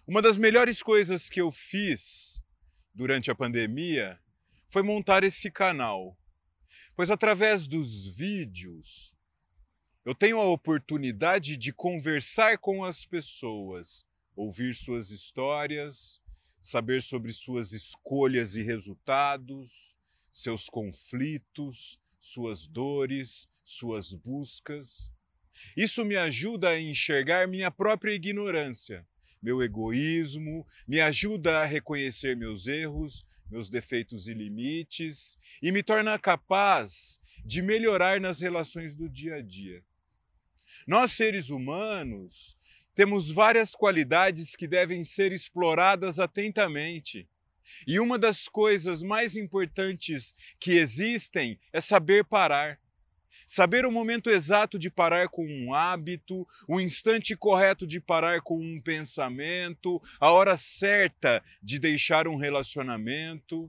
Uma das melhores coisas que eu fiz durante a pandemia foi montar esse canal, pois através dos vídeos eu tenho a oportunidade de conversar com as pessoas, ouvir suas histórias, saber sobre suas escolhas e resultados, seus conflitos, suas dores, suas buscas. Isso me ajuda a enxergar minha própria ignorância, meu egoísmo, me ajuda a reconhecer meus erros, meus defeitos e limites e me torna capaz de melhorar nas relações do dia a dia. Nós, seres humanos, temos várias qualidades que devem ser exploradas atentamente. E uma das coisas mais importantes que existem é saber parar. Saber o momento exato de parar com um hábito, o instante correto de parar com um pensamento, a hora certa de deixar um relacionamento.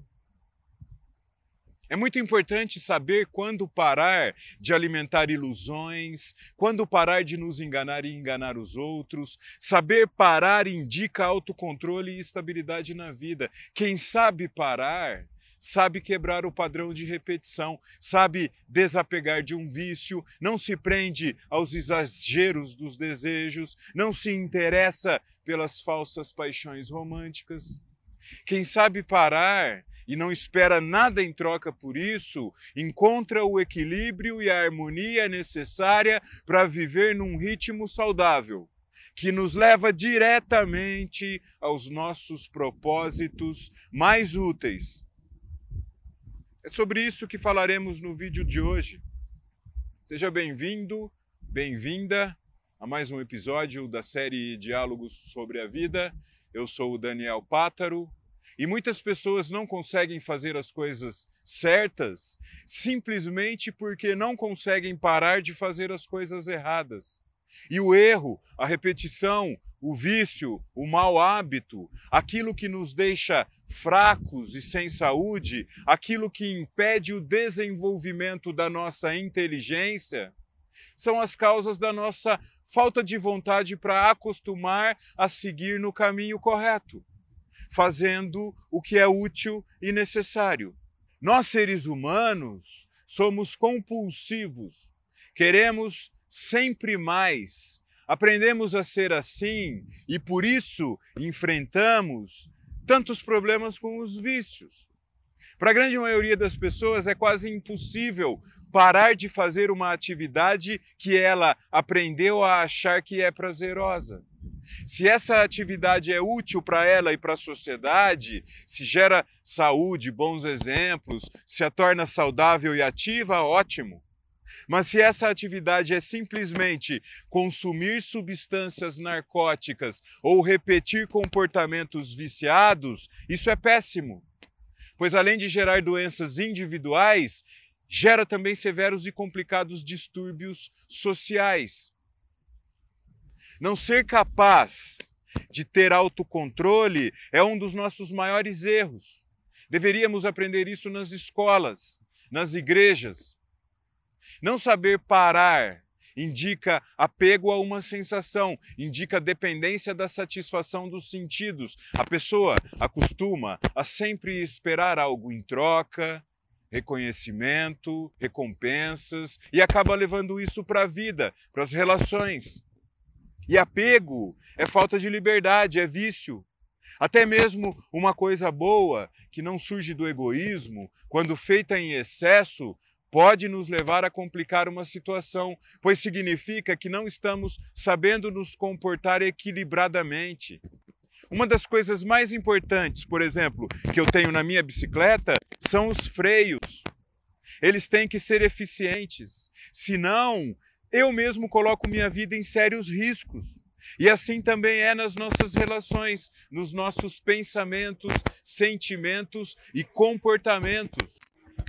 É muito importante saber quando parar de alimentar ilusões, quando parar de nos enganar e enganar os outros. Saber parar indica autocontrole e estabilidade na vida. Quem sabe parar, sabe quebrar o padrão de repetição, sabe desapegar de um vício, não se prende aos exageros dos desejos, não se interessa pelas falsas paixões românticas. Quem sabe parar e não espera nada em troca por isso, encontra o equilíbrio e a harmonia necessária para viver num ritmo saudável, que nos leva diretamente aos nossos propósitos mais úteis. É sobre isso que falaremos no vídeo de hoje. Seja bem-vindo, bem-vinda a mais um episódio da série Diálogos sobre a Vida. Eu sou o Daniel Pátaro. E muitas pessoas não conseguem fazer as coisas certas simplesmente porque não conseguem parar de fazer as coisas erradas. E o erro, a repetição, o vício, o mau hábito, aquilo que nos deixa fracos e sem saúde, aquilo que impede o desenvolvimento da nossa inteligência, são as causas da nossa falta de vontade para acostumar a seguir no caminho correto, fazendo o que é útil e necessário. Nós, seres humanos, somos compulsivos, queremos sempre mais, aprendemos a ser assim e por isso enfrentamos tantos problemas com os vícios. Para a grande maioria das pessoas é quase impossível parar de fazer uma atividade que ela aprendeu a achar que é prazerosa. Se essa atividade é útil para ela e para a sociedade, se gera saúde, bons exemplos, se a torna saudável e ativa, ótimo. Mas se essa atividade é simplesmente consumir substâncias narcóticas ou repetir comportamentos viciados, isso é péssimo. Pois além de gerar doenças individuais, gera também severos e complicados distúrbios sociais. Não ser capaz de ter autocontrole é um dos nossos maiores erros. Deveríamos aprender isso nas escolas, nas igrejas. Não saber parar indica apego a uma sensação, indica dependência da satisfação dos sentidos. A pessoa acostuma a sempre esperar algo em troca, reconhecimento, recompensas, e acaba levando isso para a vida, para as relações. E apego é falta de liberdade, é vício. Até mesmo uma coisa boa, que não surge do egoísmo, quando feita em excesso, pode nos levar a complicar uma situação, pois significa que não estamos sabendo nos comportar equilibradamente. Uma das coisas mais importantes, por exemplo, que eu tenho na minha bicicleta, são os freios. Eles têm que ser eficientes, senão eu mesmo coloco minha vida em sérios riscos. E assim também é nas nossas relações, nos nossos pensamentos, sentimentos e comportamentos.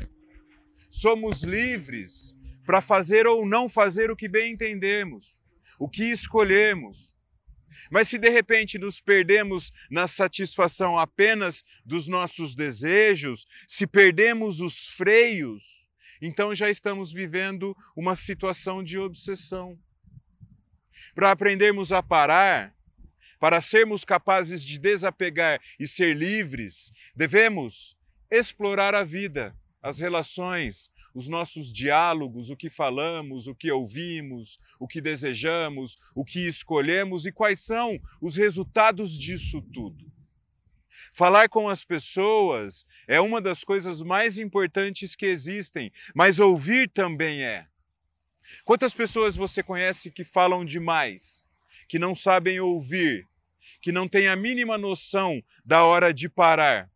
Somos livres para fazer ou não fazer o que bem entendemos, o que escolhemos. Mas se de repente nos perdemos na satisfação apenas dos nossos desejos, se perdemos os freios, então já estamos vivendo uma situação de obsessão. Para aprendermos a parar, Para sermos capazes de desapegar e ser livres, devemos explorar a vida, as relações, os nossos diálogos, o que falamos, o que ouvimos, o que desejamos, o que escolhemos e quais são os resultados disso tudo. Falar com as pessoas é uma das coisas mais importantes que existem, mas ouvir também é. Quantas pessoas você conhece que falam demais, que não sabem ouvir, que não têm a mínima noção da hora de parar?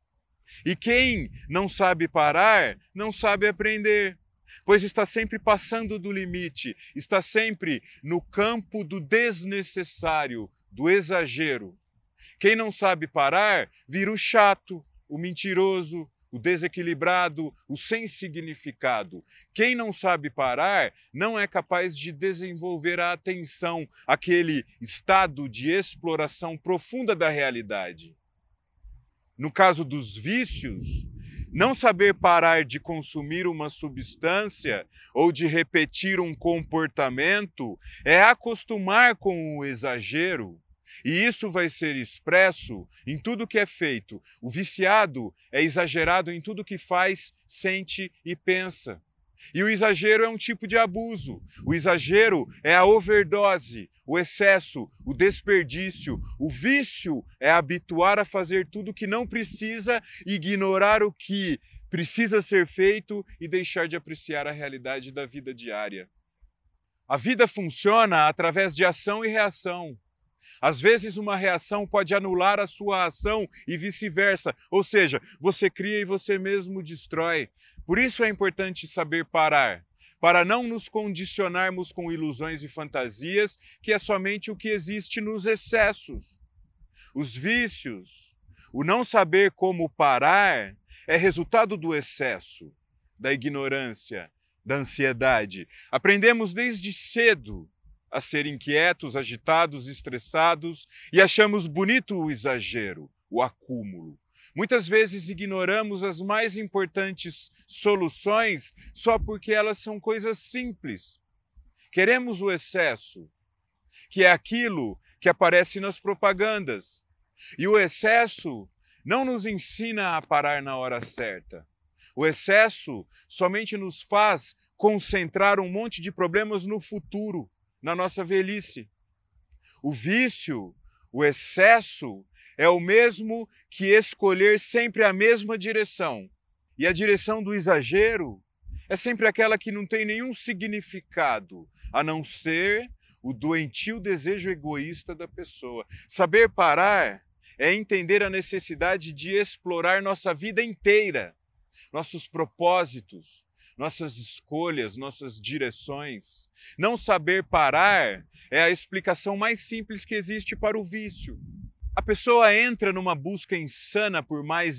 E quem não sabe parar, não sabe aprender, pois está sempre passando do limite, está sempre no campo do desnecessário, do exagero. Quem não sabe parar, vira o chato, o mentiroso, o desequilibrado, o sem significado. Quem não sabe parar não é capaz de desenvolver a atenção, aquele estado de exploração profunda da realidade. No caso dos vícios, não saber parar de consumir uma substância ou de repetir um comportamento é acostumar com o exagero. E isso vai ser expresso em tudo que é feito. O viciado é exagerado em tudo que faz, sente e pensa. E o exagero é um tipo de abuso. O exagero é a overdose, o excesso, o desperdício. O vício é habituar a fazer tudo o que não precisa, ignorar o que precisa ser feito e deixar de apreciar a realidade da vida diária. A vida funciona através de ação e reação. Às vezes uma reação pode anular a sua ação e vice-versa, ou seja, você cria e você mesmo destrói. Por isso é importante saber parar, para não nos condicionarmos com ilusões e fantasias, que é somente o que existe nos excessos. Os vícios, o não saber como parar, é resultado do excesso, da ignorância, da ansiedade. Aprendemos desde cedo a ser inquietos, agitados, estressados e achamos bonito o exagero, o acúmulo. Muitas vezes ignoramos as mais importantes soluções só porque elas são coisas simples. Queremos o excesso, que é aquilo que aparece nas propagandas. E o excesso não nos ensina a parar na hora certa. O excesso somente nos faz concentrar um monte de problemas no futuro, na nossa velhice. O vício, o excesso, é o mesmo que escolher sempre a mesma direção. E a direção do exagero é sempre aquela que não tem nenhum significado, a não ser o doentio desejo egoísta da pessoa. Saber parar é entender a necessidade de explorar nossa vida inteira, nossos propósitos, nossas escolhas, nossas direções. Não saber parar é a explicação mais simples que existe para o vício. A pessoa entra numa busca insana por mais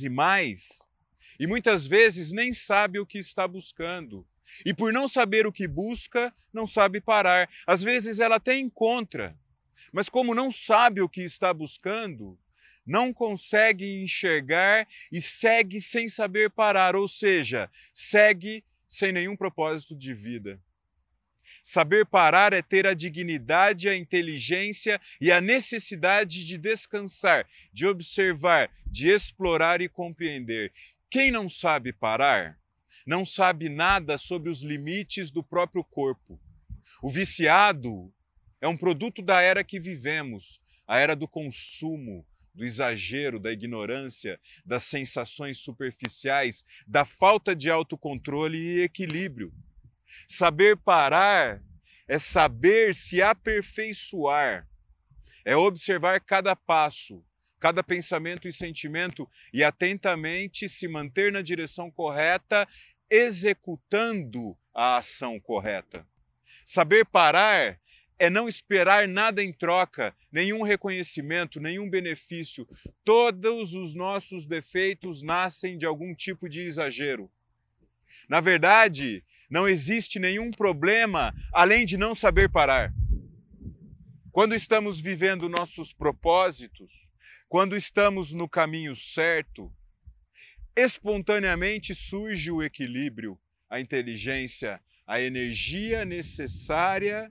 e muitas vezes nem sabe o que está buscando. E por não saber o que busca, não sabe parar. Às vezes ela até encontra, mas como não sabe o que está buscando, não consegue enxergar e segue sem saber parar, ou seja, segue sem nenhum propósito de vida. Saber parar é ter a dignidade, a inteligência e a necessidade de descansar, de observar, de explorar e compreender. Quem não sabe parar, não sabe nada sobre os limites do próprio corpo. O viciado é um produto da era que vivemos, a era do consumo, do exagero, da ignorância, das sensações superficiais, da falta de autocontrole e equilíbrio. Saber parar é saber se aperfeiçoar, é observar cada passo, cada pensamento e sentimento e atentamente se manter na direção correta, executando a ação correta. Saber parar é não esperar nada em troca, nenhum reconhecimento, nenhum benefício. Todos os nossos defeitos nascem de algum tipo de exagero. Na verdade, não existe nenhum problema além de não saber parar. Quando estamos vivendo nossos propósitos, quando estamos no caminho certo, espontaneamente surge o equilíbrio, a inteligência, a energia necessária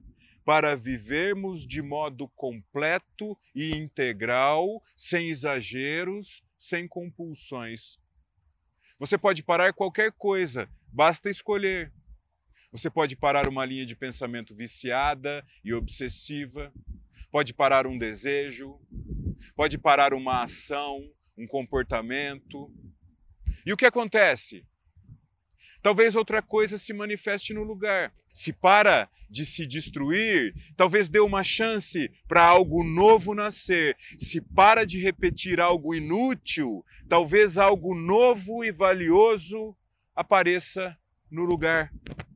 para vivermos de modo completo e integral, sem exageros, sem compulsões. Você pode parar qualquer coisa, basta escolher. Você pode parar uma linha de pensamento viciada e obsessiva, pode parar um desejo, pode parar uma ação, um comportamento. E o que acontece? Talvez outra coisa se manifeste no lugar. Se para de se destruir, talvez dê uma chance para algo novo nascer. Se para de repetir algo inútil, talvez algo novo e valioso apareça no lugar.